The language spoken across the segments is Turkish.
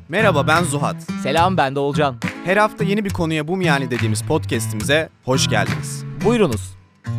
Merhaba, ben Zuhat. Selam, ben de Olcan. Her hafta yeni bir konuya bu mu yani dediğimiz podcast'imize hoş geldiniz. Buyurunuz.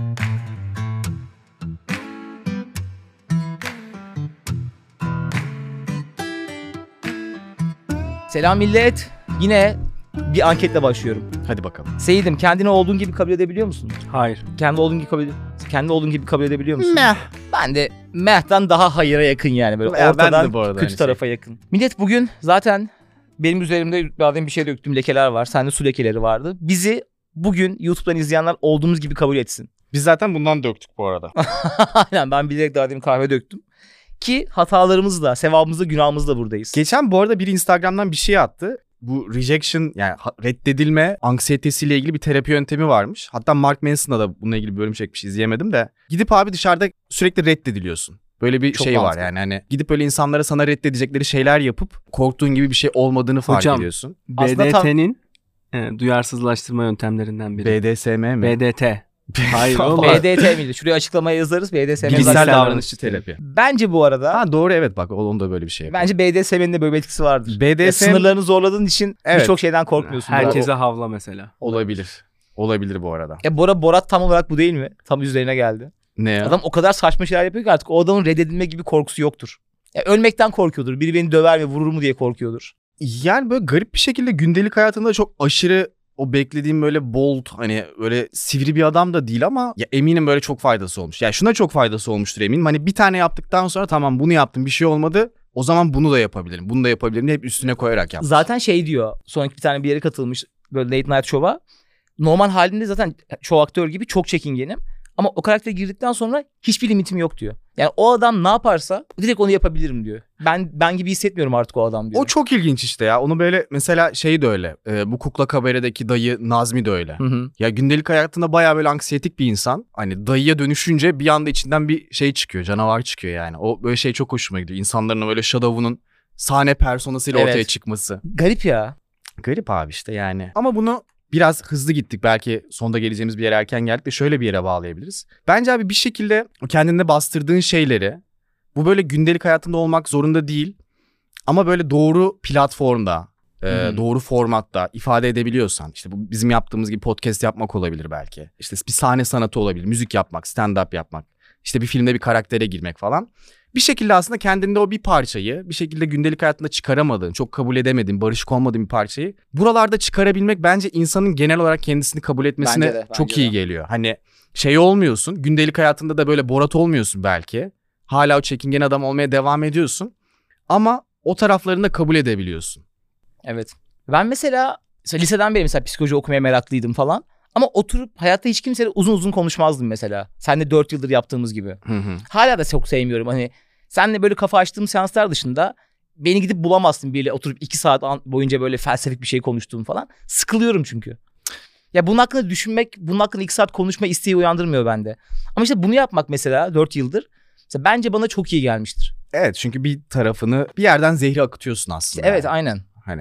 Selam millet. Yine bir anketle başlıyorum. Hadi bakalım. Seyit'im, kendini olduğun gibi kabul edebiliyor musun? Hayır. Kendi olduğun gibi kabul edebiliyor musun? Meh. Ben de meh'ten daha hayıra yakın yani. Böyle Ya ortadan ben de bu arada kötü tarafa yakın. Millet bugün zaten benim üzerimde bazen bir şey döktüm, lekeler var. Sende su lekeleri vardı. Bizi bugün YouTube'dan izleyenler olduğumuz gibi kabul etsin. Biz zaten bundan döktük bu arada. Aynen, ben bilerek daha demin kahve döktüm. Ki hatalarımızla, sevabımızla, günahımızla buradayız. Geçen bu arada biri Instagram'dan bir şey attı. Bu rejection, yani reddedilme anksiyetesiyle ilgili bir terapi yöntemi varmış. Hatta Mark Manson'da da bununla ilgili bir bölüm çekmiş, izleyemedim de. Gidip abi dışarıda sürekli reddediliyorsun. Böyle bir Çok şey mantıklı. var yani, hani gidip böyle insanlara sana reddedecekleri şeyler yapıp korktuğun gibi bir şey olmadığını fark ediyorsun. Aslında tam- BDT'nin duyarsızlaştırma yöntemlerinden biri. BDSM mi? BDT. Hayır oğlum. BDT miydi? Şuraya açıklamaya yazarız. BDSM. Bilişsel zaten- davranışçı terapi. Bence bu arada, Ha doğru, evet, bak onda böyle bir şey yapıyor. bence BDSM'nin de böyle bir etkisi vardır. Ya, BDSM sınırlarını zorladığın için Evet. birçok şeyden korkmuyorsun. Herkese havla mesela. olabilir. Olabilir bu arada. Borat tam olarak bu değil mi? Tam üzerine geldi. Ne ya? Adam o kadar saçma şeyler yapıyor ki artık o adamın reddedilme gibi korkusu yoktur. Ya, ölmekten korkuyordur. Biri beni döver mi, vurur mu diye korkuyordur. Yani böyle garip bir şekilde gündelik hayatında çok aşırı o beklediğim böyle bold, hani böyle sivri bir adam da değil ama ya eminim böyle çok faydası olmuş. Ya şuna çok faydası olmuştur eminim. Hani bir tane yaptıktan sonra tamam bunu yaptım, bir şey olmadı. O zaman bunu da yapabilirim. Bunu da yapabilirim diye hep üstüne koyarak yaptım. Zaten şey diyor. Sonraki bir tane bir yere katılmış böyle late night show'a. Normal halinde zaten çoğu aktör gibi çok çekingenim. Ama o karaktere girdikten sonra hiçbir limitim yok diyor. Yani o adam ne yaparsa direkt onu yapabilirim diyor. Ben gibi hissetmiyorum artık o adam diyor. O çok ilginç işte ya. Onu böyle mesela şey de öyle. Bu Kukla Kabare'deki dayı Nazmi de öyle. Hı. Ya gündelik hayatında bayağı böyle anksiyetik bir insan. Hani dayıya dönüşünce bir anda içinden bir şey çıkıyor. Canavar çıkıyor yani. O böyle şey çok hoşuma gidiyor. İnsanların böyle shadow'unun sahne personasıyla Evet. ortaya çıkması. Garip ya. Garip abi işte yani. Ama bunu biraz hızlı gittik. Belki sonda geleceğimiz bir yere erken geldik de şöyle bir yere bağlayabiliriz. Bence abi bir şekilde kendinde bastırdığın şeyleri, bu böyle gündelik hayatında olmak zorunda değil. Ama böyle doğru platformda, doğru formatta ifade edebiliyorsan, işte bu bizim yaptığımız gibi podcast yapmak olabilir belki. İşte bir sahne sanatı olabilir, müzik yapmak, stand-up yapmak, işte bir filmde bir karaktere girmek falan. Bir şekilde aslında kendinde o bir parçayı, bir şekilde gündelik hayatında çıkaramadığın, çok kabul edemediğin, barışık olmadığın bir parçayı buralarda çıkarabilmek bence insanın genel olarak kendisini kabul etmesine Bence de. çok iyi geliyor. Hani şey olmuyorsun, gündelik hayatında da böyle Borat olmuyorsun belki. Hala o çekingen adam olmaya devam ediyorsun. Ama o taraflarını da kabul edebiliyorsun. Evet. Ben mesela liseden beri mesela psikoloji okumaya meraklıydım falan. Ama oturup hayatta hiç kimseyle uzun uzun konuşmazdım mesela. Seninle 4 yıldır yaptığımız gibi. Hala da çok sevmiyorum. Hani seninle böyle kafa açtığım seanslar dışında beni gidip bulamazsın biriyle oturup 2 saat boyunca böyle felsefik bir şey konuştuğum falan. Sıkılıyorum çünkü. Ya bunun hakkında düşünmek, bunun hakkında 2 saat konuşma isteği uyandırmıyor bende. Ama işte bunu yapmak mesela 4 yıldır mesela bence bana çok iyi gelmiştir. Evet, çünkü bir tarafını bir yerden zehri akıtıyorsun aslında. Evet, yani. aynen. Hani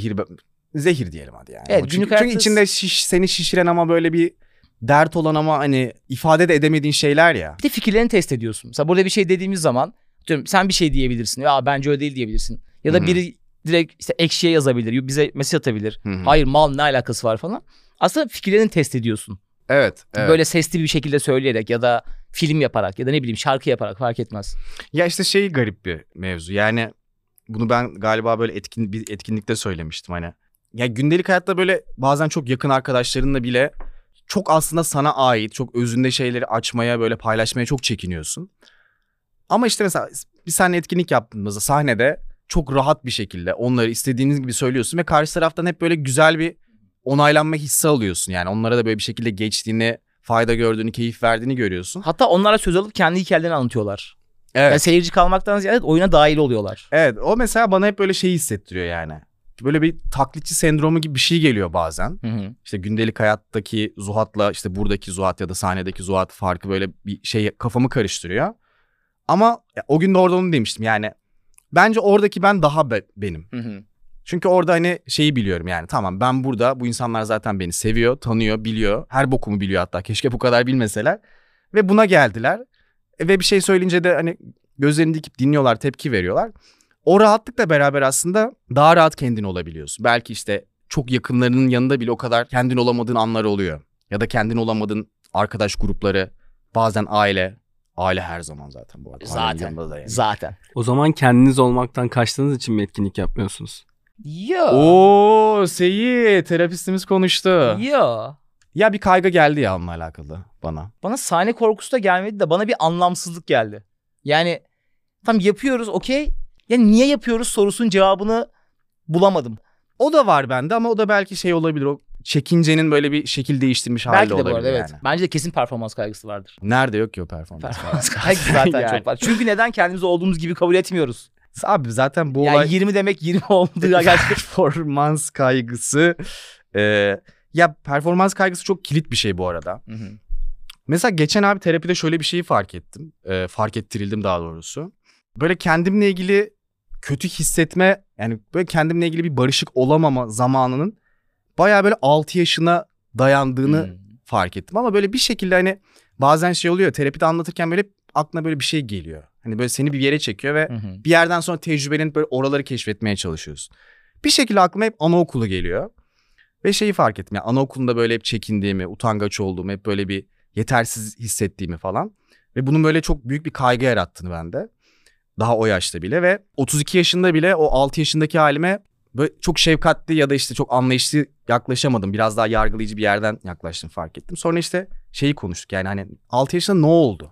zehir diyelim hadi yani. Evet, Ama günlük çünkü hayatta- içinde seni şişiren ama böyle bir dert olan ama hani ifade de edemediğin şeyler ya. Bir de fikirlerini test ediyorsun. Mesela burada bir şey dediğimiz zaman diyorum, sen bir şey diyebilirsin. Ya bence öyle değil diyebilirsin. Ya da biri direkt işte ekşiye yazabilir. Bize mesaj atabilir. Hayır mal ne alakası var falan. Aslında fikirlerini test ediyorsun. Evet. Böyle sesli bir şekilde söyleyerek ya da film yaparak ya da ne bileyim şarkı yaparak fark etmez. Ya işte şey garip bir mevzu. Yani bunu ben galiba böyle bir etkinlikte söylemiştim hani. Ya gündelik hayatta böyle bazen çok yakın arkadaşlarınla bile çok aslında sana ait, çok özünde şeyleri açmaya, böyle paylaşmaya çok çekiniyorsun. Ama işte mesela bir sahne etkinlik yaptığımızda sahnede çok rahat bir şekilde onları istediğiniz gibi söylüyorsun ve karşı taraftan hep böyle güzel bir onaylanma hissi alıyorsun. Yani onlara da böyle bir şekilde geçtiğini, fayda gördüğünü, keyif verdiğini görüyorsun. Hatta onlara söz alıp kendi hikayelerini anlatıyorlar. Evet. Yani seyirci kalmaktan ziyade oyuna dahil oluyorlar. Evet, o mesela bana hep böyle şey hissettiriyor yani. Böyle bir taklitçi sendromu gibi bir şey geliyor bazen. İşte gündelik hayattaki Zuhat'la işte buradaki Zuhat ya da sahnedeki Zuhat farkı böyle bir şey kafamı karıştırıyor. Ama o gün de orada onu demiştim yani. Bence oradaki ben daha benim. Çünkü orada hani şeyi biliyorum yani, tamam ben burada, bu insanlar zaten beni seviyor, tanıyor, biliyor. Her bokumu biliyor hatta, keşke bu kadar bilmeseler. Ve buna geldiler. Ve bir şey söyleyince de hani gözlerini dikip dinliyorlar, tepki veriyorlar. O rahatlıkla beraber aslında daha rahat kendin olabiliyorsun. Belki işte çok yakınlarının yanında bile o kadar kendin olamadığın anlar oluyor. Ya da kendin olamadığın arkadaş grupları, bazen aile. Aile her zaman zaten bu arada. Ailenin yanında da yani. Zaten. O zaman kendiniz olmaktan kaçtığınız için mi etkinlik yapmıyorsunuz? Yo. Oo Seyit, terapistimiz konuştu. Yo. Ya bir kaygı geldi ya onunla alakalı bana. Bana sahne korkusu da gelmedi de bana bir anlamsızlık geldi. Yani tam yapıyoruz okey. Ya niye yapıyoruz sorusunun cevabını bulamadım. O da var bende ama o da belki şey olabilir. O çekincenin böyle bir şekil değiştirmiş hali Belki de olabilir bu arada evet. yani. Bence de kesin performans kaygısı vardır. Nerede yok ki o performans? Performans kaygısı zaten Yani. çok var. Çünkü neden kendimizi olduğumuz gibi kabul etmiyoruz? Abi zaten bu Yani olay 20 demek 20 olmadığı gerçekten. performans kaygısı. Ya performans kaygısı çok kilit bir şey bu arada. Hı hı. Mesela geçen abi terapide şöyle bir şeyi fark ettim. Fark ettirildim daha doğrusu. Böyle kendimle ilgili kötü hissetme, yani böyle kendimle ilgili bir barışık olamama zamanının bayağı böyle 6 yaşına dayandığını fark ettim. Ama böyle bir şekilde hani bazen şey oluyor, terapide anlatırken böyle aklına böyle bir şey geliyor. Hani böyle seni bir yere çekiyor ve bir yerden sonra tecrübenin böyle oraları keşfetmeye çalışıyorsun. Bir şekilde aklıma hep anaokulu geliyor. Ve şeyi fark ettim, yani anaokulunda böyle hep çekindiğimi, utangaç olduğumu, hep böyle bir yetersiz hissettiğimi falan. Ve bunun böyle çok büyük bir kaygı yarattığını bende. Daha o yaşta bile ve 32 yaşında bile o 6 yaşındaki halime böyle çok şefkatli ya da işte çok anlayışlı yaklaşamadım. Biraz daha yargılayıcı bir yerden yaklaştım, fark ettim. Sonra işte şeyi konuştuk, yani hani 6 yaşında ne oldu?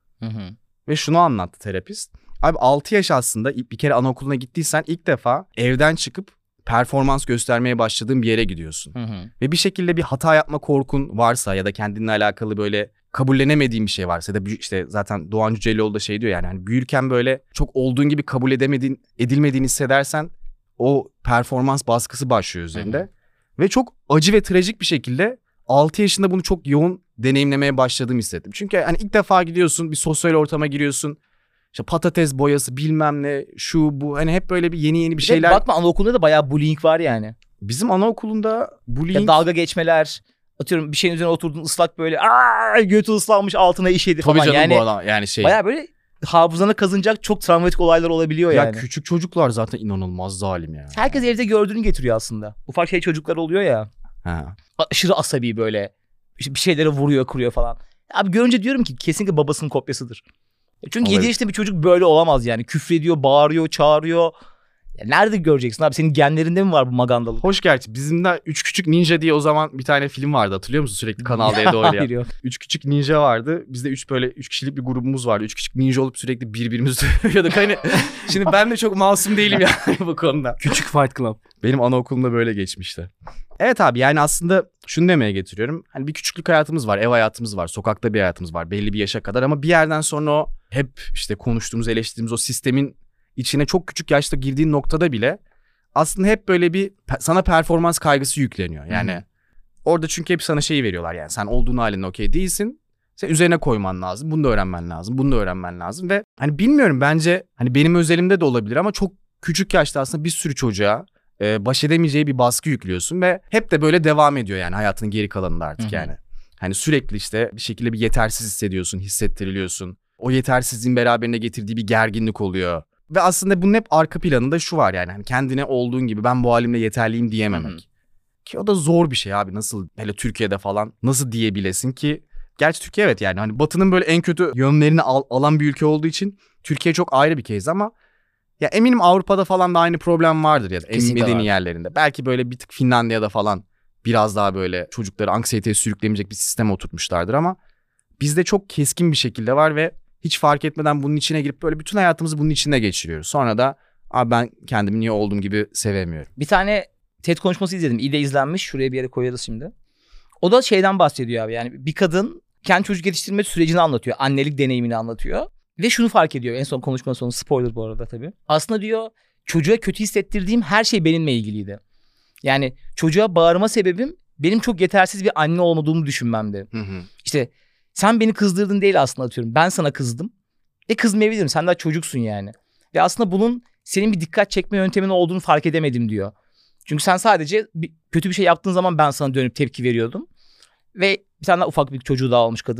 Ve şunu anlattı terapist. Abi 6 yaş aslında bir kere anaokuluna gittiysen ilk defa evden çıkıp performans göstermeye başladığın bir yere gidiyorsun. Ve bir şekilde bir hata yapma korkun varsa ya da kendinle alakalı böyle kabullenemediğin bir şey varsa ya da işte zaten Doğan Cüceloğlu da şey diyor, yani hani büyürken böyle çok olduğun gibi kabul edilmediğini hissedersen o performans baskısı başlıyor üzerinde. Ve çok acı ve trajik bir şekilde 6 yaşında bunu çok yoğun deneyimlemeye başladığımı hissettim. Çünkü hani ilk defa gidiyorsun, bir sosyal ortama giriyorsun. İşte patates boyası bilmem ne şu bu, hani hep böyle bir yeni bir şeyler. Bakma anaokulunda da bayağı bullying var yani. Bizim anaokulunda bullying. Ya dalga geçmeler, atıyorum bir şeyin üzerine oturdun ıslak böyle götü ıslanmış altına işedi Tabii falan. canım Yani bu adam yani şey. bayağı böyle hafızana kazınacak çok travmatik olaylar olabiliyor Ya yani. küçük çocuklar zaten inanılmaz zalim ya. Herkes evde gördüğünü getiriyor aslında. Ufak şey çocuklar oluyor ya. Ha. Aşırı asabi böyle. İşte bir şeylere vuruyor, kırıyor falan. Abi görünce diyorum ki kesinlikle babasının kopyasıdır. Çünkü Olabilir. 7 yaşında bir çocuk böyle olamaz yani. Küfrediyor, bağırıyor, çağırıyor. Ya nerede göreceksin abi? Senin genlerinde mi var bu magandalık? Hoş gerçi bizim de Üç Küçük Ninja diye o zaman bir tane film vardı, hatırlıyor musun? Sürekli Kanal D'de oynayan. Hayır yok. Üç Küçük Ninja vardı. Bizde 3 kişilik bir grubumuz vardı. 3 küçük ninja olup sürekli birbirimizi dövüyorduk. Hani şimdi ben de çok masum değilim yani bu konuda. Küçük Fight Club. Benim anaokulumda böyle geçmişti. Evet abi, yani aslında şunu demeye getiriyorum. Hani bir küçüklük hayatımız var, ev hayatımız var, sokakta bir hayatımız var belli bir yaşa kadar. Ama bir yerden sonra o hep işte konuştuğumuz, eleştirdiğimiz o sistemin içine çok küçük yaşta girdiğin noktada bile aslında hep böyle bir sana performans kaygısı yükleniyor. Yani orada çünkü hep sana şeyi veriyorlar, yani sen olduğun halinde okey değilsin. Sen üzerine koyman lazım. Bunu da öğrenmen lazım. Bunu da öğrenmen lazım ve hani bilmiyorum, bence hani benim özelimde de olabilir ama çok küçük yaşta aslında bir sürü çocuğa baş edemeyeceği bir baskı yüklüyorsun ve hep de böyle devam ediyor yani hayatının geri kalanında artık yani. Hani sürekli işte bir şekilde bir yetersiz hissediyorsun, hissettiriliyorsun. O yetersizliğin beraberine getirdiği bir gerginlik oluyor. Ve aslında bunun hep arka planında şu var, yani hani kendine olduğun gibi ben bu halimle yeterliyim diyememek. Ki o da zor bir şey abi, nasıl hele Türkiye'de falan nasıl diyebilesin ki? Gerçi Türkiye evet, yani hani Batı'nın böyle en kötü yönlerini alan bir ülke olduğu için Türkiye çok ayrı bir case ama ya eminim Avrupa'da falan da aynı problem vardır ya da en medeni yerlerinde. Belki böyle bir tık Finlandiya'da falan biraz daha böyle çocukları anksiyeteye sürüklemeyecek bir sistem oturtmuşlardır ama bizde çok keskin bir şekilde var ve hiç fark etmeden bunun içine girip böyle bütün hayatımızı bunun içinde geçiriyoruz. Sonra da abi ben kendimi niye olduğum gibi sevemiyorum. Bir tane TED konuşması izledim. İyi de izlenmiş. Şuraya bir yere koyarız şimdi. O da şeyden bahsediyor abi. Yani bir kadın kendi çocuk yetiştirme sürecini anlatıyor. Annelik deneyimini anlatıyor. Ve şunu fark ediyor en son konuşmanın sonu. Spoiler bu arada tabii. Aslında diyor çocuğa kötü hissettirdiğim her şey benimle ilgiliydi. Yani çocuğa bağırma sebebim benim çok yetersiz bir anne olmadığımı düşünmemdi. İşte sen beni kızdırdın değil aslında, atıyorum. Ben sana kızdım. Kızmayabilirim. Sen daha çocuksun yani. Ve aslında bunun senin bir dikkat çekme yöntemin olduğunu fark edemedim diyor. Çünkü sen sadece kötü bir şey yaptığın zaman ben sana dönüp tepki veriyordum. Ve bir tane daha ufak bir çocuğu daha olmuş kadının.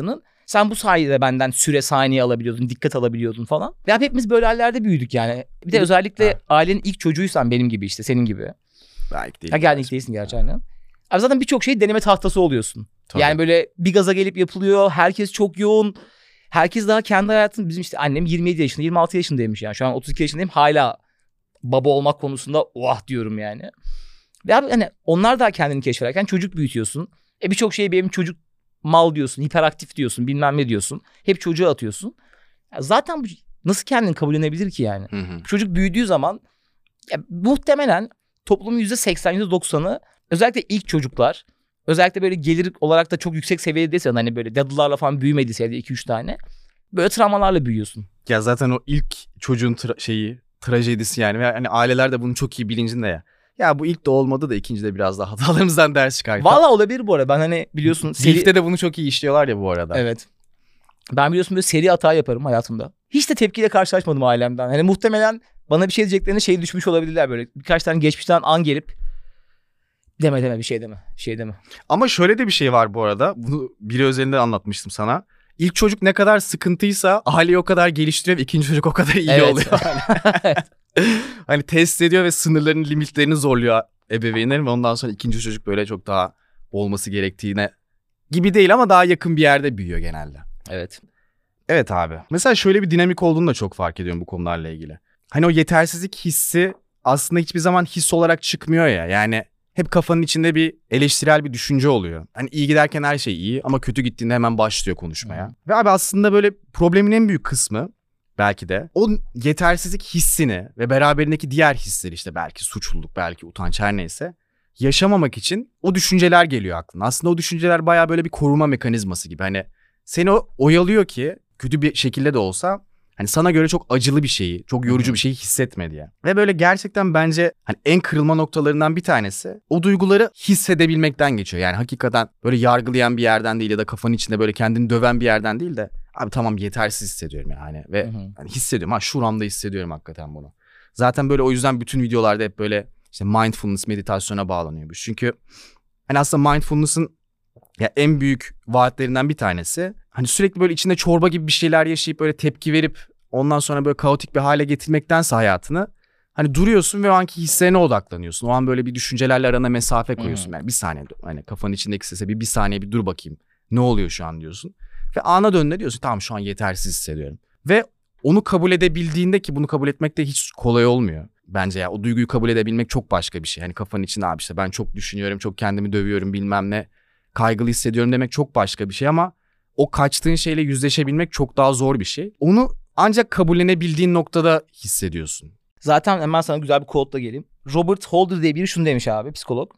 Sen bu sayede benden süre saniye alabiliyordun, dikkat alabiliyordun falan. Ve hepimiz böyle hallerde büyüdük yani. Bir de özellikle ailenin ilk çocuğuysan benim gibi işte senin gibi. Belki değil. Ha geldin ilk değilsin gerçi aynen. Abi zaten birçok şey deneme tahtası oluyorsun. Tabii. Yani böyle bir gaza gelip yapılıyor. Herkes çok yoğun. Herkes daha kendi hayatını, bizim işte annem 27 yaşında 26 yaşındaymış yani. Şu an 32 yaşındayım, hala baba olmak konusunda diyorum yani. Ve abi hani onlar daha kendini keşfederken çocuk büyütüyorsun. Birçok şeyi benim çocuk mal diyorsun, hiperaktif diyorsun, bilmem ne diyorsun. Hep çocuğa atıyorsun. Ya zaten bu nasıl kendini kabullenebilir ki yani? Çocuk büyüdüğü zaman muhtemelen toplumun %80, %90'ı özellikle ilk çocuklar, özellikle böyle gelir olarak da çok yüksek seviyedeyse, hani böyle dadılarla falan büyümediyse ya da 2-3 tane böyle travmalarla büyüyorsun. Ya zaten o ilk çocuğun trajedisi yani. Ve hani aileler de bunun çok iyi bilincinde ya. Ya bu ilk de olmadı da ikinci de biraz daha hatalarımızdan ders çıkar. Valla olabilir bu arada. Ben hani biliyorsun Seri... de bunu çok iyi işliyorlar ya bu arada. Evet. Ben biliyorsun böyle seri hata yaparım hayatımda. Hiç de tepkiyle karşılaşmadım ailemden. Hani muhtemelen bana bir şey diyeceklerine düşmüş olabilirler böyle. Birkaç tane geçmişten an gelip deme bir şey deme. Ama şöyle de bir şey var bu arada. Bunu biri özelinde anlatmıştım sana. İlk çocuk ne kadar sıkıntıysa aileyi o kadar geliştiriyor ve ikinci çocuk o kadar iyi oluyor. Evet. Hani test ediyor ve sınırlarını, limitlerini zorluyor ebeveynlerin ve ondan sonra ikinci çocuk böyle çok daha olması gerektiğine gibi değil ama daha yakın bir yerde büyüyor genelde. Evet. Evet abi. Mesela şöyle bir dinamik olduğunu da çok fark ediyorum bu konularla ilgili. Hani o yetersizlik hissi aslında hiçbir zaman his olarak çıkmıyor ya. Yani hep kafanın içinde bir eleştirel bir düşünce oluyor. Hani iyi giderken her şey iyi ama kötü gittiğinde hemen başlıyor konuşmaya. Ve abi aslında böyle problemin en büyük kısmı belki de o yetersizlik hissini ve beraberindeki diğer hisleri, işte belki suçluluk, belki utanç, her neyse, yaşamamak için o düşünceler geliyor aklına. Aslında o düşünceler bayağı böyle bir koruma mekanizması gibi. Hani seni oyalıyor ki kötü bir şekilde de olsa hani sana göre çok acılı bir şeyi, çok yorucu bir şeyi hissetme diye. Ve böyle gerçekten bence hani en kırılma noktalarından bir tanesi o duyguları hissedebilmekten geçiyor. Yani hakikaten böyle yargılayan bir yerden değil ya da kafanın içinde böyle kendini döven bir yerden değil de abi tamam yetersiz hissediyorum yani ve hani hissediyorum, şuramda hissediyorum hakikaten bunu. Zaten böyle o yüzden bütün videolarda hep böyle işte mindfulness, meditasyona bağlanıyormuş. Çünkü hani aslında mindfulness'ın ya en büyük vaatlerinden bir tanesi hani sürekli böyle içinde çorba gibi bir şeyler yaşayıp böyle tepki verip ondan sonra böyle kaotik bir hale getirmektense hayatını, hani duruyorsun ve o anki hislerine odaklanıyorsun. O an böyle bir düşüncelerle arana mesafe koyuyorsun. Yani bir saniye, hani kafanın içindeki sese bir saniye bir dur bakayım. Ne oluyor şu an diyorsun. Ve ana dönüne diyorsun tamam şu an yetersiz hissediyorum. Ve onu kabul edebildiğinde, ki bunu kabul etmek de hiç kolay olmuyor. Bence ya o duyguyu kabul edebilmek çok başka bir şey. Hani kafanın içinde abi işte ben çok düşünüyorum, çok kendimi dövüyorum bilmem ne, kaygılı hissediyorum demek çok başka bir şey ama o kaçtığın şeyle yüzleşebilmek çok daha zor bir şey. Onu ancak kabullenebildiğin noktada hissediyorsun. Zaten hemen sana güzel bir quote'la geleyim. Robert Holder diye biri şunu demiş abi, psikolog.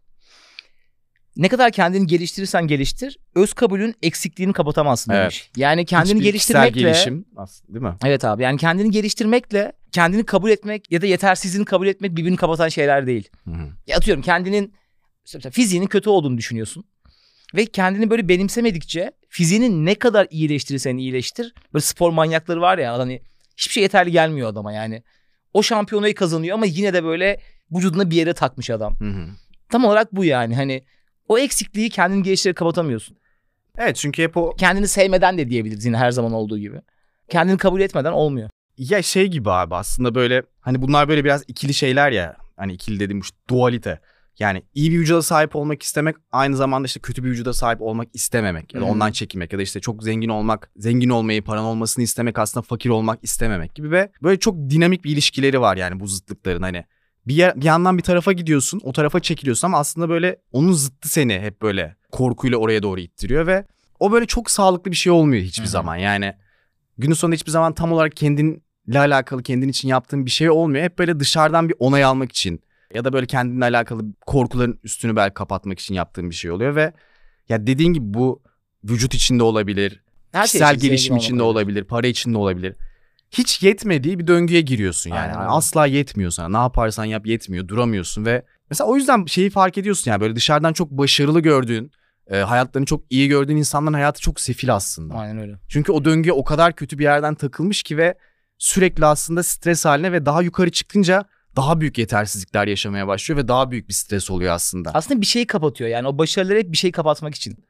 Ne kadar kendini geliştirirsen geliştir, öz kabulün eksikliğini kapatamazsın demiş. Evet. Yani kendini geliştirmekle... gelişim aslında, değil mi? Evet abi, yani kendini geliştirmekle kendini kabul etmek ya da yetersizliğini kabul etmek birbirini kapatan şeyler değil. Ya atıyorum kendinin fiziğinin kötü olduğunu düşünüyorsun. Ve kendini böyle benimsemedikçe fiziğini ne kadar iyileştirirsen iyileştir. Böyle spor manyakları var ya, hani hiçbir şey yeterli gelmiyor adama yani. O şampiyonayı kazanıyor ama yine de böyle vücuduna bir yere takmış adam. Tam olarak bu yani, hani o eksikliği kendini geliştirerek kapatamıyorsun. Evet, çünkü hep o... Kendini sevmeden de diyebiliriz yine, her zaman olduğu gibi. Kendini kabul etmeden olmuyor. Ya şey gibi abi, aslında böyle hani bunlar böyle biraz ikili şeyler ya. Hani ikili dediğim işte dualite. Yani iyi bir vücuda sahip olmak istemek aynı zamanda işte kötü bir vücuda sahip olmak istememek ya da ondan çekinmek ya da işte çok zengin olmak, zengin olmayı, paran olmasını istemek aslında fakir olmak istememek gibi ve böyle çok dinamik bir ilişkileri var yani bu zıtlıkların. Hani bir yandan bir tarafa gidiyorsun, o tarafa çekiliyorsun ama aslında böyle onun zıttı seni hep böyle korkuyla oraya doğru ittiriyor ve o böyle çok sağlıklı bir şey olmuyor hiçbir zaman. Yani günün sonunda hiçbir zaman tam olarak kendinle alakalı, kendin için yaptığın bir şey olmuyor. Hep böyle dışarıdan bir onay almak için ya da böyle kendinle alakalı korkuların üstünü belki kapatmak için yaptığın bir şey oluyor ve ya dediğin gibi bu vücut içinde olabilir, kişisel gelişim içinde olabilir, para içinde olabilir. Hiç yetmediği bir döngüye giriyorsun yani. Yani asla yetmiyor sana. Ne yaparsan yap yetmiyor, duramıyorsun ve mesela o yüzden şeyi fark ediyorsun yani, böyle dışarıdan çok başarılı gördüğün, hayatlarını çok iyi gördüğün insanların hayatı çok sefil aslında. Aynen öyle. Çünkü o döngüye o kadar kötü bir yerden takılmış ki ve sürekli aslında stres haline ve daha yukarı çıkınca daha büyük yetersizlikler yaşamaya başlıyor ve daha büyük bir stres oluyor aslında. Aslında bir şeyi kapatıyor yani, o başarıları hep bir şeyi kapatmak için.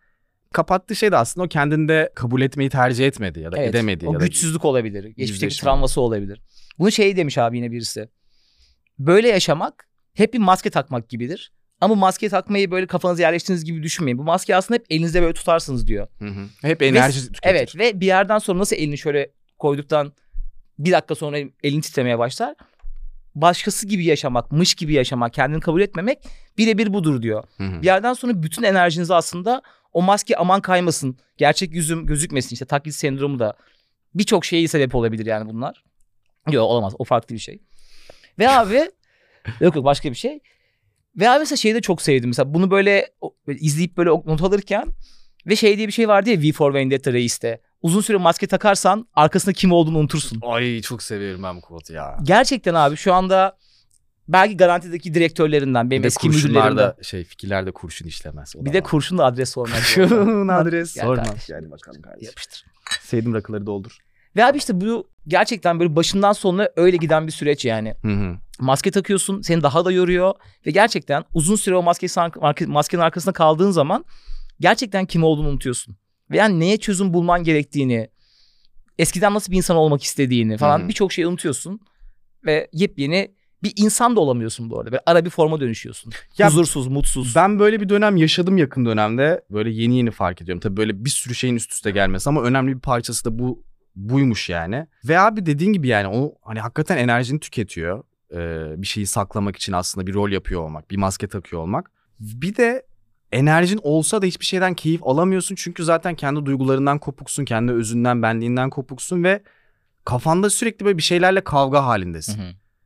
Kapattığı şey de aslında o kendinde kabul etmeyi tercih etmedi ya da Evet, edemedi. o ya da güçsüzlük olabilir. Geçmişteki yüzleşmedi. travması olabilir. Bunu şey demiş abi yine birisi. Böyle yaşamak hep bir maske takmak gibidir. Ama maske takmayı böyle kafanıza yerleştiğiniz gibi düşünmeyin. Bu maskeyi aslında hep elinizde böyle tutarsınız diyor. Hep enerji tüketir. Evet ve bir yerden sonra nasıl elini şöyle koyduktan bir dakika sonra elin titremeye başlar. Başkası gibi yaşamak, mış gibi yaşamak, kendini kabul etmemek birebir budur diyor. Bir yerden sonra bütün enerjinizi aslında o maske aman kaymasın, gerçek yüzüm gözükmesin, işte taklit sendromu da birçok şeye sebep olabilir yani bunlar. Yok olamaz, o farklı bir şey. Ve abi yok başka bir şey. Ve abi mesela şeyi de çok sevdim. Mesela bunu böyle izleyip böyle not alırken ve şey diye bir şey vardı ya V for Vendetta Reis'te. Uzun süre maske takarsan arkasında kim olduğunu unutursun. Ay çok seviyorum ben bu quote'u ya. Gerçekten abi şu anda belki garantideki direktörlerinden, benim eski müdürlerimden. Fikirlerde kurşun işlemez. Bir de kurşun da adres sormaz. Kurşun adres Gel sormaz. kardeşim. Yani bakalım kardeşim. Yapıştır. Sevdiğim rakıları doldur. Ve abi işte bu gerçekten böyle başından sonuna öyle giden bir süreç yani. Maske takıyorsun, seni daha da yoruyor ve gerçekten uzun süre o maskenin arkasında kaldığın zaman gerçekten kim olduğunu unutuyorsun. Ve yani neye çözüm bulman gerektiğini, eskiden nasıl bir insan olmak istediğini falan birçok şeyi unutuyorsun ve yepyeni bir insan da olamıyorsun bu arada. Böyle ara bir forma dönüşüyorsun. Ya, huzursuz, mutsuz. Ben böyle bir dönem yaşadım yakın dönemde. Böyle yeni fark ediyorum. Tabii böyle bir sürü şeyin üst üste gelmesi ama önemli bir parçası da buymuş yani. Ve abi dediğin gibi yani o hani hakikaten enerjini tüketiyor. Bir şeyi saklamak için aslında bir rol yapıyor olmak, bir maske takıyor olmak. Bir de enerjin olsa da hiçbir şeyden keyif alamıyorsun. Çünkü zaten kendi duygularından kopuksun, kendi özünden, benliğinden kopuksun ve kafanda sürekli böyle bir şeylerle kavga halindesin.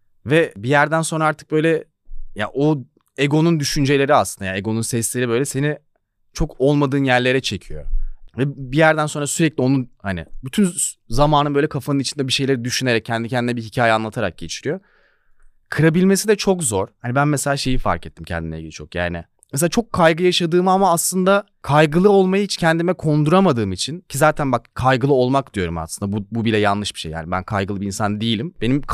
Ve bir yerden sonra artık böyle ya o egonun düşünceleri aslında yani egonun sesleri böyle seni çok olmadığın yerlere çekiyor. Ve bir yerden sonra sürekli onun hani bütün zamanın böyle kafanın içinde bir şeyleri düşünerek kendi kendine bir hikaye anlatarak geçiriyor. Kırabilmesi de çok zor. Hani ben mesela şeyi fark ettim kendimle ilgili çok yani. Mesela çok kaygı yaşadığımı ama aslında kaygılı olmayı hiç kendime konduramadığım için ki zaten bak kaygılı olmak diyorum aslında bu bile yanlış bir şey yani ben kaygılı bir insan değilim. Benim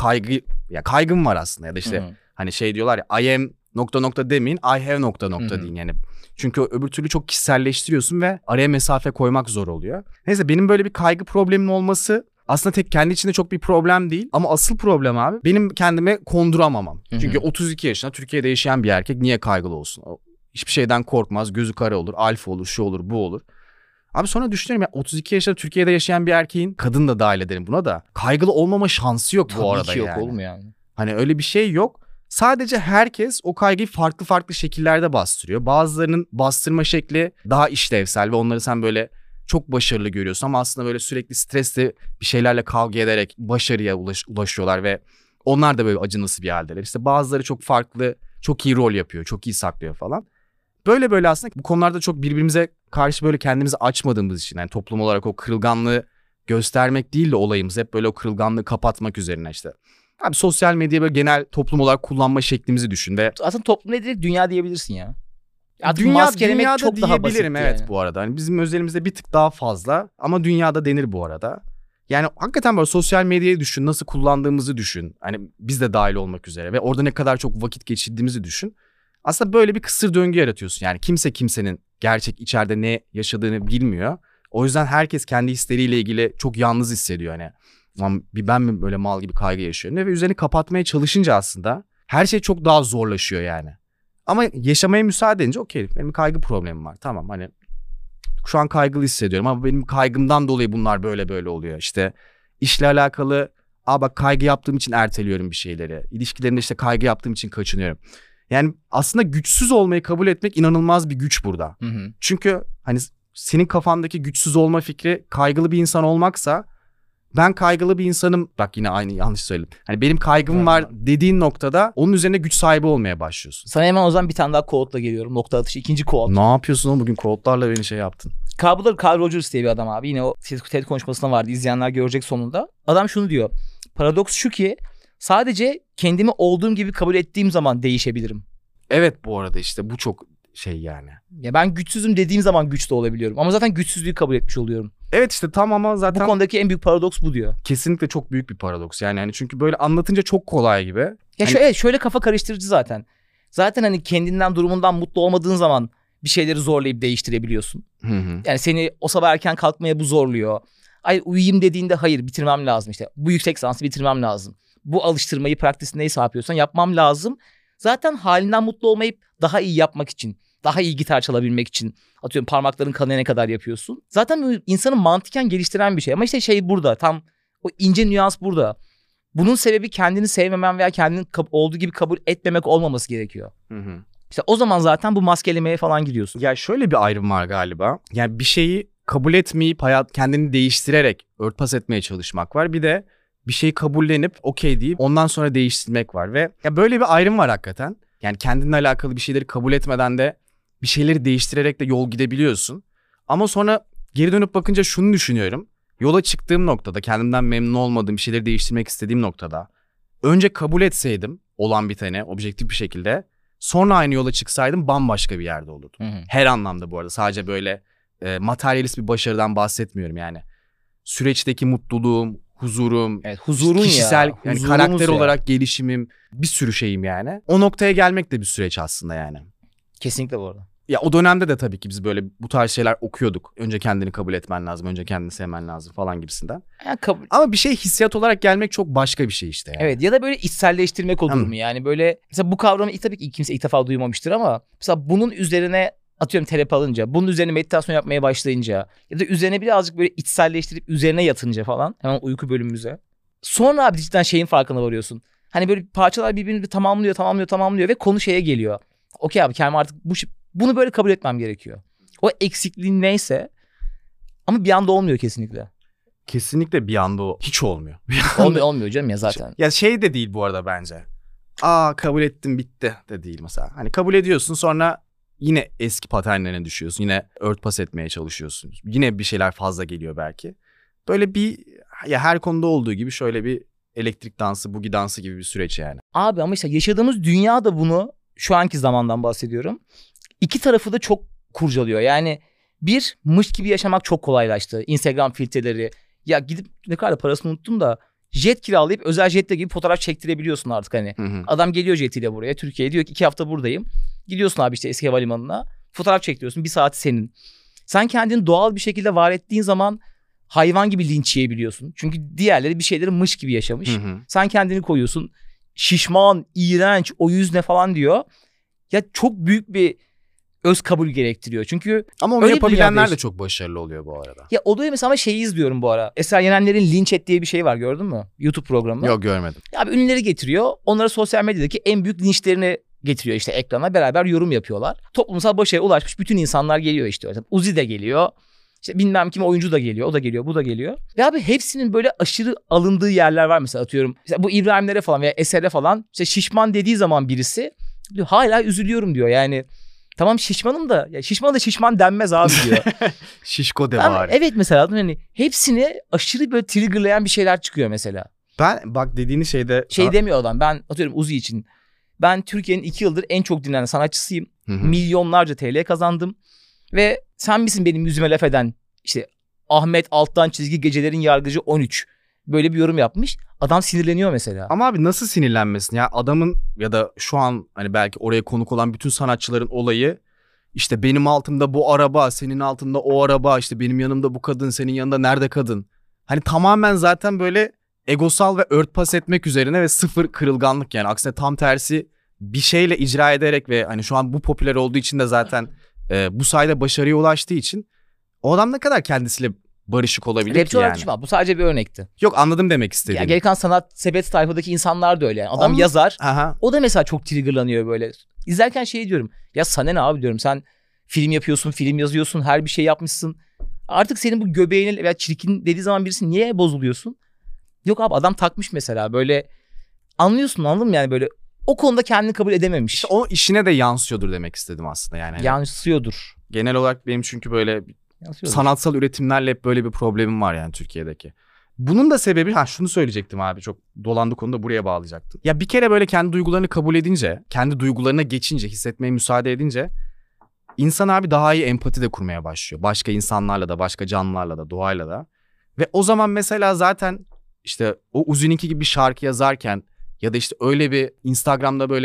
kaygım var aslında ya da işte hani şey diyorlar ya I am ... demeyin I have ... deyin yani. Çünkü öbür türlü çok kişiselleştiriyorsun ve araya mesafe koymak zor oluyor. Neyse benim böyle bir kaygı probleminin olması aslında tek kendi içinde çok bir problem değil. Ama asıl problem abi benim kendime konduramamam. Çünkü 32 yaşında Türkiye'de yaşayan bir erkek niye kaygılı olsun? Hiçbir şeyden korkmaz, gözü kara olur, alfa olur, şu olur, bu olur. Abi sonra düşünüyorum ya 32 yaşında Türkiye'de yaşayan bir erkeğin, kadın da dahil ederim buna da, kaygılı olmama şansı yok bu arada Tabii ki yani. yok oğlum yani. Hani öyle bir şey yok. Sadece herkes o kaygıyı farklı şekillerde bastırıyor. Bazılarının bastırma şekli daha işlevsel ve onları sen böyle çok başarılı görüyorsun. Ama aslında böyle sürekli stresli bir şeylerle kavga ederek başarıya ulaşıyorlar ve onlar da böyle acınası bir haldeler. İşte bazıları çok farklı, çok iyi rol yapıyor, çok iyi saklıyor falan. Böyle aslında bu konularda çok birbirimize karşı böyle kendimizi açmadığımız için yani toplum olarak o kırılganlığı göstermek değil de olayımız hep böyle o kırılganlığı kapatmak üzerine işte. Abi sosyal medya böyle genel toplum olarak kullanma şeklimizi düşün ve aslında toplum ne direkt dünya diyebilirsin ya. Artık maskelemek çok daha basit diyebilirim evet yani. bu arada. Hani bizim özelimizde bir tık daha fazla ama dünyada denir bu arada. Yani hakikaten böyle sosyal medyayı düşün, nasıl kullandığımızı düşün. Hani biz de dahil olmak üzere ve orada ne kadar çok vakit geçirdiğimizi düşün. Aslında böyle bir kısır döngü yaratıyorsun. Yani kimse kimsenin gerçek içeride ne yaşadığını bilmiyor. O yüzden herkes kendi hisleriyle ilgili çok yalnız hissediyor hani. Bir ben mi böyle mal gibi kaygı yaşıyorum ve üzerini kapatmaya çalışınca aslında her şey çok daha zorlaşıyor yani. Ama yaşamaya müsaade edince okey benim kaygı problemim var tamam hani şu an kaygılı hissediyorum ama benim kaygımdan dolayı bunlar böyle oluyor. İşte işle alakalı bak kaygı yaptığım için erteliyorum bir şeyleri. İlişkilerimde işte kaygı yaptığım için kaçınıyorum. Yani aslında güçsüz olmayı kabul etmek inanılmaz bir güç burada. Çünkü hani senin kafandaki güçsüz olma fikri kaygılı bir insan olmaksa ben kaygılı bir insanım. Bak yine aynı yanlış söyledim. Hani benim kaygım var dediğin noktada onun üzerine güç sahibi olmaya başlıyorsun. Sana hemen o zaman bir tane daha quote'la geliyorum. Nokta atışı ikinci quote. Ne yapıyorsun oğlum bugün quote'larla beni şey yaptın. Carl Rogers diye bir adam abi. Yine o TED konuşmasında vardı. İzleyenler görecek sonunda. Adam şunu diyor. Paradoks şu ki sadece kendimi olduğum gibi kabul ettiğim zaman değişebilirim. Evet bu arada işte bu çok şey yani. Ya ben güçsüzüm dediğim zaman güçlü olabiliyorum. Ama zaten güçsüzlüğü kabul etmiş oluyorum. Evet işte tam ama zaten. Bu konudaki en büyük paradoks bu diyor. Kesinlikle çok büyük bir paradoks yani hani çünkü böyle anlatınca çok kolay gibi. Ya hani... şöyle kafa karıştırıcı zaten. Zaten hani kendinden durumundan mutlu olmadığın zaman bir şeyleri zorlayıp değiştirebiliyorsun. Hı hı. Yani seni o sabah erken kalkmaya bu zorluyor. Ay uyuyayım dediğinde hayır bitirmem lazım işte. Bu yüksek lisansı bitirmem lazım. Bu alıştırmayı praktis neyse yapıyorsan yapmam lazım. Zaten halinden mutlu olmayıp daha iyi yapmak için, daha iyi gitar çalabilmek için atıyorum parmakların kanayana kadar yapıyorsun. Zaten bu insanın mantıken geliştiren bir şey. Ama işte şey burada tam o ince nüans burada. Bunun sebebi kendini sevmemen veya kendini olduğu gibi kabul etmemek olmaması gerekiyor. Hı hı. İşte o zaman zaten bu maskelemeye falan giriyorsun. Ya şöyle bir ayrım var galiba. Yani bir şeyi kabul etmeyip kendini değiştirerek örtbas etmeye çalışmak var. Bir de bir şeyi kabullenip okey deyip ondan sonra değiştirmek var. Ve ya böyle bir ayrım var hakikaten. Yani kendinle alakalı bir şeyleri kabul etmeden de bir şeyleri değiştirerek de yol gidebiliyorsun. Ama sonra geri dönüp bakınca şunu düşünüyorum. Yola çıktığım noktada, kendimden memnun olmadığım bir şeyleri değiştirmek istediğim noktada önce kabul etseydim olan biteni objektif bir şekilde, sonra aynı yola çıksaydım bambaşka bir yerde olurdum. Hı hı. Her anlamda bu arada, sadece böyle materyalist bir başarıdan bahsetmiyorum yani. Süreçteki mutluluğum, huzurum, Evet, huzurun kişisel ya. yani Huzurumuz karakter ya. olarak gelişimim, bir sürü şeyim yani. O noktaya gelmek de bir süreç aslında yani. Kesinlikle bu arada. Ya o dönemde de tabii ki biz böyle bu tarz şeyler okuyorduk. Önce kendini kabul etmen lazım, önce kendini sevmen lazım falan gibisinden. Yani kabul. Ama bir şey hissiyat olarak gelmek çok başka bir şey işte yani. Evet ya da böyle içselleştirmek o Hı. durumu yani böyle mesela bu kavramı tabii ki kimse ilk defa duymamıştır ama mesela bunun üzerine atıyorum terapi alınca, bunun üzerine meditasyon yapmaya başlayınca ya da üzerine birazcık böyle içselleştirip üzerine yatınca falan hemen uyku bölümümüze. Sonra abi cidden şeyin farkına varıyorsun. Hani böyle parçalar birbirini tamamlıyor ve konu şeye geliyor. Okey abi kendime artık bunu böyle kabul etmem gerekiyor. O eksikliğin neyse ama bir anda olmuyor kesinlikle. Kesinlikle bir anda o hiç olmuyor. Olmuyor canım ya zaten. Ya şey de değil bu arada bence. Kabul ettim bitti de değil mesela. Hani kabul ediyorsun, sonra yine eski paternlerine düşüyorsun. Yine örtbas etmeye çalışıyorsun. Yine bir şeyler fazla geliyor belki. Böyle bir ya her konuda olduğu gibi şöyle bir elektrik dansı, bugi dansı gibi bir süreç yani. Abi ama işte yaşadığımız dünya da bunu, şu anki zamandan bahsediyorum. İki tarafı da çok kurcalıyor. Yani bir, mış gibi yaşamak çok kolaylaştı. Instagram filtreleri. Ya gidip ne kadar da parasını unuttum da jet kiralayıp özel jetle gibi fotoğraf çektirebiliyorsun artık hani. Hı hı. Adam geliyor jetiyle buraya, Türkiye'ye, diyor ki 2 hafta buradayım. Gidiyorsun abi işte eski havalimanına. Fotoğraf çektiriyorsun. 1 saati senin. Sen kendini doğal bir şekilde var ettiğin zaman hayvan gibi linç yiyebiliyorsun. Çünkü diğerleri bir şeyleri mış gibi yaşamış. Hı hı. Sen kendini koyuyorsun. Şişman, iğrenç, o yüz ne falan diyor. Ya çok büyük bir öz kabul gerektiriyor. Çünkü Ama onu öyle bir yapabilenler dünyada de çok başarılı oluyor bu arada. ya oluyor mesela ama şeyi izliyorum bu ara. Eser Yenenler'in Linç Et diye bir şey var, gördün mü? YouTube programı. Yok, görmedim. Ya abi ünlüleri getiriyor. Onlara sosyal medyadaki en büyük linçlerini getiriyor işte ekrana. Beraber yorum yapıyorlar. Toplumsal başarıya ulaşmış bütün insanlar geliyor işte. Uzi de geliyor. İşte bilmem kim oyuncu da geliyor. O da geliyor, bu da geliyor. Ve abi hepsinin böyle aşırı alındığı yerler var mesela, atıyorum. Mesela bu İbrahimlere falan veya Eser'e falan işte şişman dediği zaman birisi diyor, hala üzülüyorum diyor. Yani tamam şişmanım da ya şişman denmez abi diyor. Şişko de Ama var. evet mesela hani hepsini aşırı böyle triggerlayan bir şeyler çıkıyor mesela. Ben bak dediğiniz şeyde... Demiyor adam, ben atıyorum Uzi için. Ben Türkiye'nin 2 yıldır en çok dinlenen sanatçısıyım. Hı hı. Milyonlarca TL kazandım. Ve sen misin benim yüzüme laf eden işte Ahmet alttan çizgi gecelerin yargıcı 13. Böyle bir yorum yapmış. Adam sinirleniyor mesela. Ama abi nasıl sinirlenmesin ya, adamın ya da şu an hani belki oraya konuk olan bütün sanatçıların olayı işte benim altımda bu araba, senin altında o araba, işte benim yanımda bu kadın, senin yanında nerede kadın? Hani tamamen zaten böyle egosal ve örtbas etmek üzerine ve sıfır kırılganlık yani. Aksine tam tersi bir şeyle icra ederek ve hani şu an bu popüler olduğu için de zaten bu sayede başarıya ulaştığı için o adam ne kadar kendisiyle barışık olabilir Rapçi ki olarak yani. düşman. Bu sadece bir örnekti. Yok, anladım demek istediğimi. Ya geri kalan sanat sepet tayfadaki insanlar da öyle yani. Adam yazar. Aha. O da mesela çok triggerlanıyor böyle. İzlerken şey diyorum. Ya sana ne abi diyorum. Sen film yapıyorsun, film yazıyorsun, her bir şey yapmışsın. Artık senin bu göbeğine veya çirkin dediği zaman birisi niye bozuluyorsun? Yok abi adam takmış mesela böyle. Anlıyorsun, anladın mı yani böyle. O konuda kendini kabul edememiş. İşte o işine de yansıyordur demek istedim aslında yani. Hani Yansıyordur. genel olarak benim çünkü böyle Yansıyordur. sanatsal üretimlerle hep böyle bir problemim var yani Türkiye'deki. Bunun da sebebi, şunu söyleyecektim abi, çok dolandı konuda, buraya bağlayacaktım. Ya bir kere böyle kendi duygularını kabul edince, kendi duygularına geçince, hissetmeye müsaade edince insan abi daha iyi empati de kurmaya başlıyor. Başka insanlarla da, başka canlılarla da, doğayla da. Ve o zaman mesela zaten işte o Uzi'ninki gibi bir şarkı yazarken ya da işte öyle bir Instagram'da böyle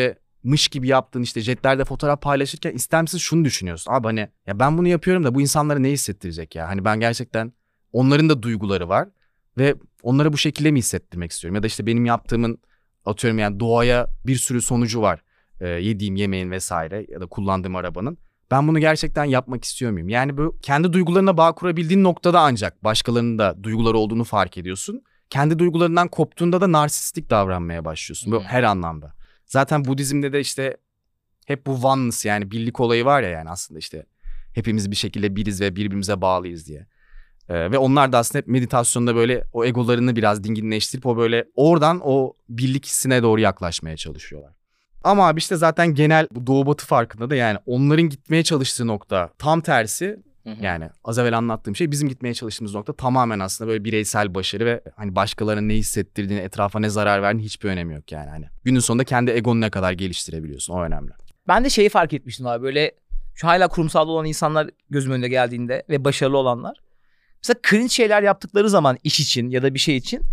mış gibi yaptığın işte jetlerde fotoğraf paylaşırken istemsiz şunu düşünüyorsun. Abi hani ya ben bunu yapıyorum da bu insanlara ne hissettirecek ya? Hani ben gerçekten onların da duyguları var ve onlara bu şekilde mi hissettirmek istiyorum? Ya da işte benim yaptığımın atıyorum yani doğaya bir sürü sonucu var. Yediğim yemeğin vesaire ya da kullandığım arabanın. Ben bunu gerçekten yapmak istiyor muyum? Yani bu kendi duygularına bağ kurabildiğin noktada ancak başkalarının da duyguları olduğunu fark ediyorsun. Kendi duygularından koptuğunda da narsistik davranmaya başlıyorsun. Bu her anlamda. Zaten Budizm'de de işte hep bu oneness yani birlik olayı var ya yani aslında işte hepimiz bir şekilde biriz ve birbirimize bağlıyız diye. Ve onlar da aslında hep meditasyonda böyle o egolarını biraz dinginleştirip o böyle oradan o birlik hissine doğru yaklaşmaya çalışıyorlar. Ama abi işte zaten genel bu doğu batı farkında da yani onların gitmeye çalıştığı nokta tam tersi. Yani az evvel anlattığım şey bizim gitmeye çalıştığımız nokta tamamen aslında böyle bireysel başarı ve hani başkalarına ne hissettirdiğini, etrafa ne zarar verdiğini hiçbir önemi yok yani. Hani günün sonunda kendi egonu ne kadar geliştirebiliyorsun, o önemli. Ben de şeyi fark etmiştim abi, böyle şu hala kurumsalda olan insanlar gözüm önüne geldiğinde ve başarılı olanlar. Mesela cringe şeyler yaptıkları zaman iş için ya da bir şey için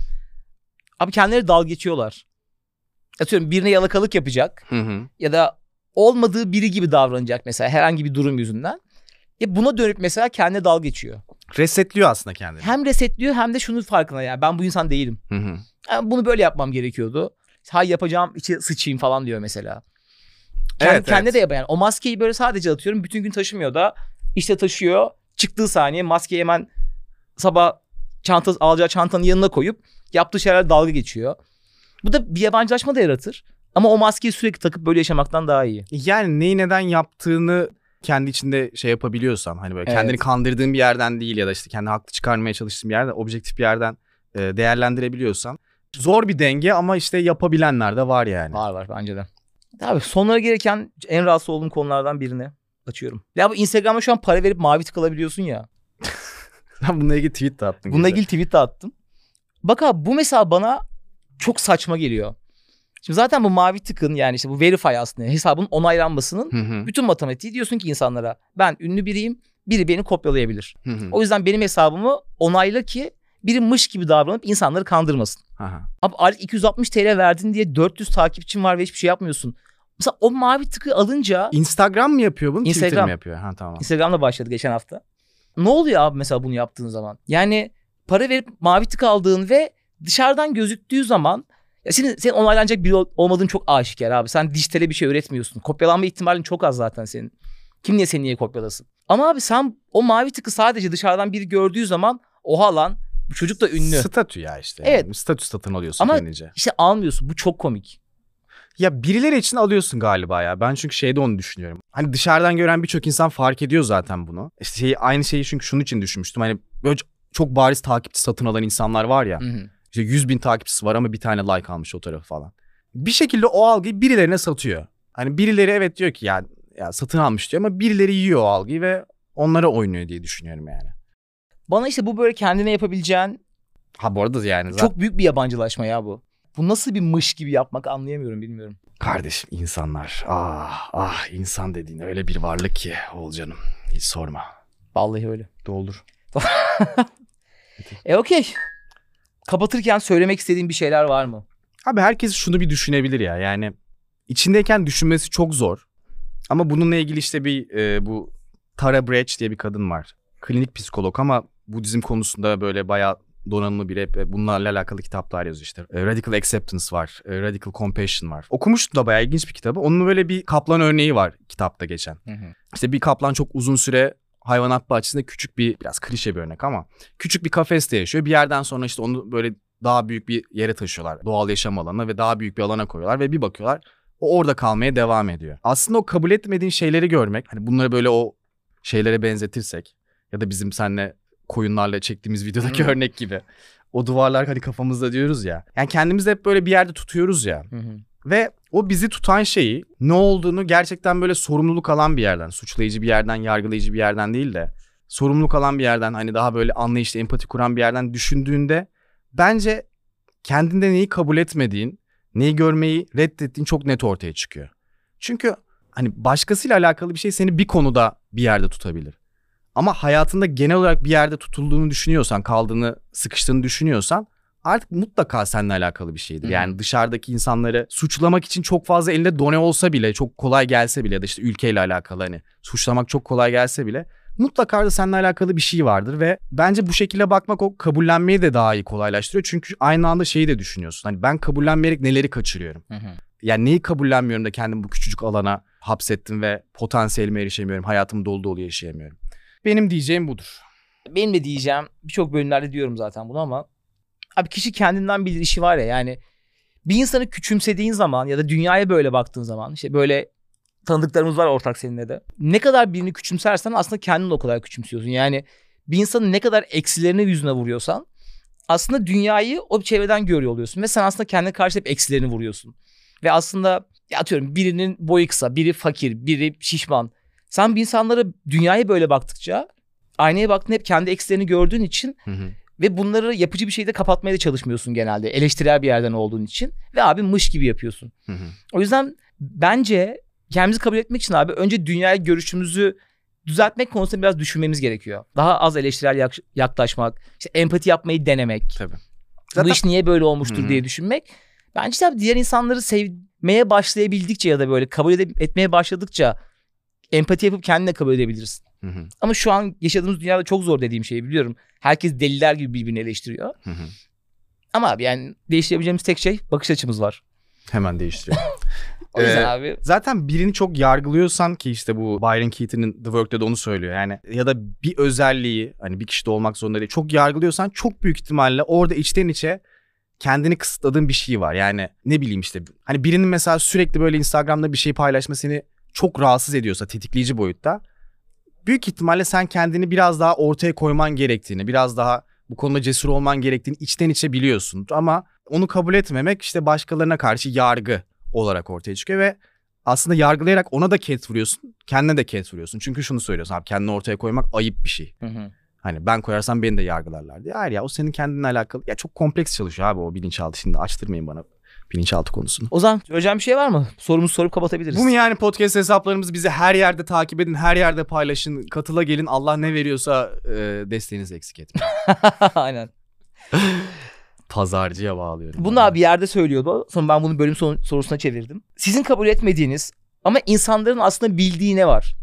abi kendileri dalga geçiyorlar. Atıyorum birine yalakalık yapacak ya da olmadığı biri gibi davranacak mesela herhangi bir durum yüzünden. Buna dönüp mesela kendine dalga geçiyor. Resetliyor aslında kendini. Hem resetliyor hem de şunun farkına, yani ben bu insan değilim. Yani bunu böyle yapmam gerekiyordu. Hay yapacağım içi sıçayım falan diyor mesela. Kendine de yapar yani. O maskeyi böyle sadece atıyorum bütün gün taşımıyor da işte taşıyor. Çıktığı saniye maskeyi hemen sabah alacağı çantanın yanına koyup yaptığı şeylerle dalga geçiyor. Bu da bir yabancılaşma da yaratır. Ama o maskeyi sürekli takıp böyle yaşamaktan daha iyi. Yani neyi neden yaptığını kendi içinde şey yapabiliyorsan hani böyle kendini kandırdığın bir yerden değil ya da işte kendini haklı çıkarmaya çalıştığın bir yerden objektif bir yerden değerlendirebiliyorsan. Zor bir denge ama işte yapabilenler de var yani. Var bence de. Abi sonlara gelirken en rahatsız olduğum konulardan birini açıyorum. Ya bu Instagram'da şu an para verip mavi tık alabiliyorsun ya. Sen bununla ilgili tweet de attın. Bununla ilgili tweet de attım. Bak abi bu mesela bana çok saçma geliyor. Şimdi zaten bu mavi tıkın yani işte bu verify aslında hesabın onaylanmasının bütün matematiği diyorsun ki insanlara ben ünlü biriyim, biri beni kopyalayabilir. O yüzden benim hesabımı onayla ki biri mış gibi davranıp insanları kandırmasın. Abi aylık 260 TL verdin diye 400 takipçin var ve hiçbir şey yapmıyorsun. Mesela o mavi tıkı alınca... Instagram mı yapıyor bunu? Instagram. Twitter mi yapıyor? Tamam. Instagram'la başladı geçen hafta. Ne oluyor abi mesela bunu yaptığın zaman? Yani para verip mavi tık aldığın ve dışarıdan gözüktüğü zaman ya senin onaylanacak biri olmadığın çok aşikar abi. Sen dijitale bir şey üretmiyorsun. Kopyalanma ihtimalin çok az zaten senin. Kim niye seni niye kopyalasın? Ama abi sen o mavi tıkı sadece dışarıdan biri gördüğü zaman oha lan bu çocuk da ünlü. Statü ya işte. Evet. Yani. Statü satın alıyorsun ama kendince. Ama işte almıyorsun. Bu çok komik. Ya birileri için alıyorsun galiba ya. Ben çünkü şeyde onu düşünüyorum. Hani dışarıdan gören birçok insan fark ediyor zaten bunu. İşte aynı şeyi çünkü şunun için düşünmüştüm. Hani böyle çok bariz takipçi satın alan insanlar var ya. İşte 100.000 takipçisi var ama bir tane like almış o tarafı falan. Bir şekilde o algıyı birilerine satıyor. Hani birileri evet diyor ki ya satın almış diyor ama birileri yiyor o algıyı ve onlara oynuyor diye düşünüyorum yani. Bana işte bu böyle kendine yapabileceğin... Bu arada yani zaten... Çok büyük bir yabancılaşma ya bu. Bu nasıl bir mış gibi yapmak anlayamıyorum, bilmiyorum. Kardeşim insanlar insan dediğin öyle bir varlık ki Oğulcanım hiç sorma. Vallahi öyle. Doldur. Okey. Kapatırken söylemek istediğin bir şeyler var mı? Abi herkes şunu bir düşünebilir ya yani içindeyken düşünmesi çok zor. Ama bununla ilgili işte bir bu Tara Brach diye bir kadın var. Klinik psikolog ama Budizm konusunda böyle bayağı donanımlı biri, hep bunlarla alakalı kitaplar yazıyor işte. Radical Acceptance var, Radical Compassion var. Okumuştum da bayağı ilginç bir kitabı. Onun böyle bir kaplan örneği var kitapta geçen. İşte bir kaplan çok uzun süre hayvanat bahçesinde küçük bir, biraz klişe bir örnek ama küçük bir kafeste yaşıyor. Bir yerden sonra işte onu böyle daha büyük bir yere taşıyorlar. Doğal yaşam alanına ve daha büyük bir alana koyuyorlar ve bir bakıyorlar o orada kalmaya devam ediyor. Aslında o kabul etmediğin şeyleri görmek, hani bunları böyle o şeylere benzetirsek ya da bizim seninle koyunlarla çektiğimiz videodaki örnek gibi. O duvarlar hani kafamızda diyoruz ya. Yani kendimizi hep böyle bir yerde tutuyoruz ya. Ve o bizi tutan şeyi ne olduğunu gerçekten böyle sorumluluk alan bir yerden, suçlayıcı bir yerden, yargılayıcı bir yerden değil de sorumluluk alan bir yerden, hani daha böyle anlayışlı, empati kuran bir yerden düşündüğünde bence kendinde neyi kabul etmediğin, neyi görmeyi reddettiğin çok net ortaya çıkıyor. Çünkü hani başkasıyla alakalı bir şey seni bir konuda bir yerde tutabilir. Ama hayatında genel olarak bir yerde tutulduğunu düşünüyorsan, kaldığını, sıkıştığını düşünüyorsan artık mutlaka seninle alakalı bir şeydir. Yani dışarıdaki insanları suçlamak için çok fazla elinde done olsa bile, çok kolay gelse bile ya da işte ülkeyle alakalı hani suçlamak çok kolay gelse bile mutlaka da seninle alakalı bir şey vardır ve bence bu şekilde bakmak o kabullenmeyi de daha iyi kolaylaştırıyor. Çünkü aynı anda şeyi de düşünüyorsun. Hani ben kabullenmeyerek neleri kaçırıyorum? Yani neyi kabullenmiyorum da kendimi bu küçücük alana hapsettim ve potansiyelime erişemiyorum. Hayatımı dolu dolu yaşayamıyorum. Benim diyeceğim budur. Benim de diyeceğim, birçok bölümlerde diyorum zaten bunu ama abi kişi kendinden bilir işi var ya, yani bir insanı küçümsediğin zaman ya da dünyaya böyle baktığın zaman, işte böyle tanıdıklarımız var ortak seninle de. Ne kadar birini küçümsersen aslında kendini o kadar küçümsüyorsun. Yani bir insanın ne kadar eksilerini yüzüne vuruyorsan aslında dünyayı o çevreden görüyor oluyorsun ve sen aslında kendine karşı hep eksilerini vuruyorsun. Ve aslında atıyorum birinin boyu kısa, biri fakir, biri şişman. Sen bir insanlara, dünyaya böyle baktıkça aynaya baktığında hep kendi eksilerini gördüğün için ve bunları yapıcı bir şekilde kapatmaya da çalışmıyorsun genelde. Eleştirel bir yerden olduğun için ve abi mış gibi yapıyorsun. O yüzden bence kendimizi kabul etmek için abi önce dünyaya görüşümüzü düzeltmek konusunda biraz düşünmemiz gerekiyor. Daha az eleştirel yaklaşmak, işte empati yapmayı denemek. Tabii. Bu iş niye böyle olmuştur diye düşünmek. Bence tabii diğer insanları sevmeye başlayabildikçe ya da böyle kabul etmeye başladıkça empati yapıp kendine kabul edebilirsin. Ama şu an yaşadığımız dünyada çok zor dediğim şeyi biliyorum. Herkes deliler gibi birbirini eleştiriyor. Ama abi yani değiştirebileceğimiz tek şey bakış açımız var. Hemen değiştiriyor. O yüzden abi. Zaten birini çok yargılıyorsan ki işte bu Byron Katie'nin The Work'te de onu söylüyor. Yani ya da bir özelliği hani bir kişide olmak zorunda değil. Çok yargılıyorsan çok büyük ihtimalle orada içten içe kendini kısıtladığın bir şey var. Yani ne bileyim işte hani birinin mesela sürekli böyle Instagram'da bir şey paylaşması seni çok rahatsız ediyorsa tetikleyici boyutta. Büyük ihtimalle sen kendini biraz daha ortaya koyman gerektiğini, biraz daha bu konuda cesur olman gerektiğini içten içe biliyorsun. Ama onu kabul etmemek işte başkalarına karşı yargı olarak ortaya çıkıyor ve aslında yargılayarak ona da ket vuruyorsun, kendine de ket vuruyorsun. Çünkü şunu söylüyorsun abi, kendini ortaya koymak ayıp bir şey. Hani ben koyarsam beni de yargılarlar diye. Hayır ya, o senin kendinle alakalı. Ya çok kompleks çalışıyor abi o bilinçaltı. Şimdi açtırmayın bana bilinçaltı konusunu. O zaman söyleyeceğim bir şey var mı? Sorumuzu sorup kapatabiliriz. Bu mu yani podcast hesaplarımızı bizi her yerde takip edin, her yerde paylaşın, katıla gelin. Allah ne veriyorsa desteğinizi eksik etmeyin. Aynen. Pazarcıya bağlıyorum. Bunu abi yerde söylüyordu. Sonra ben bunu bölüm sorusuna çevirdim. Sizin kabul etmediğiniz ama insanların aslında bildiği ne var?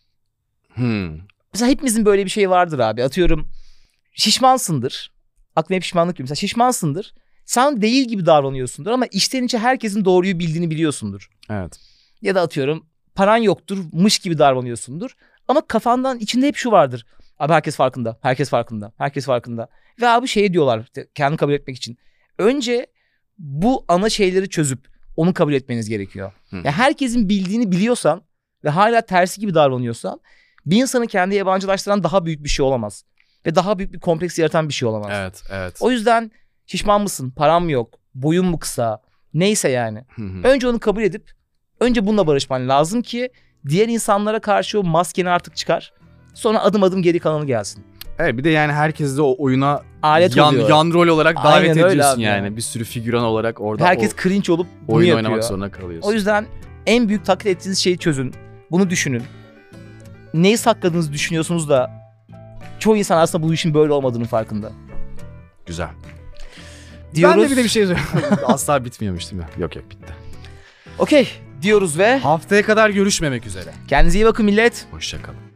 Mesela hepimizin böyle bir şey vardır abi. Atıyorum şişmansındır. Aklıma hep şişmanlık geliyor. Mesela şişmansındır. Sen değil gibi davranıyorsundur ama içten içe herkesin doğruyu bildiğini biliyorsundur. Evet. Ya da atıyorum paran yoktur, mış gibi davranıyorsundur. Ama kafandan içinde hep şu vardır. Abi herkes farkında, herkes farkında, herkes farkında. Ve abi şey diyorlar kendini kabul etmek için. Önce bu ana şeyleri çözüp onu kabul etmeniz gerekiyor. Yani herkesin bildiğini biliyorsan ve hala tersi gibi davranıyorsan bir insanı kendi yabancılaştıran daha büyük bir şey olamaz. Ve daha büyük bir kompleks yaratan bir şey olamaz. Evet, evet. O yüzden şişman mısın, param yok, boyun mu kısa, neyse yani. Önce onu kabul edip önce bununla barışman lazım ki diğer insanlara karşı o maskeni artık çıkar. Sonra adım adım geri kalanı gelsin. Evet, bir de yani herkes de o oyuna alet yan rol olarak davet Aynen ediyorsun yani. Bir sürü figüran olarak orada herkes cringe olup bunu oyun yapıyor. oynamak zorunda kalıyorsun. O yüzden en büyük taklit ettiğiniz şeyi çözün. Bunu düşünün. Neyi sakladığınızı düşünüyorsunuz da çoğu insan aslında bu işin böyle olmadığının farkında. Güzel. Diyoruz. Ben de bir şey söyleyeyim. Asla bitmiyormuş değil mi? Yok bitti. Okey diyoruz ve Haftaya kadar görüşmemek üzere. kendinize iyi bakın millet. Hoşça kalın.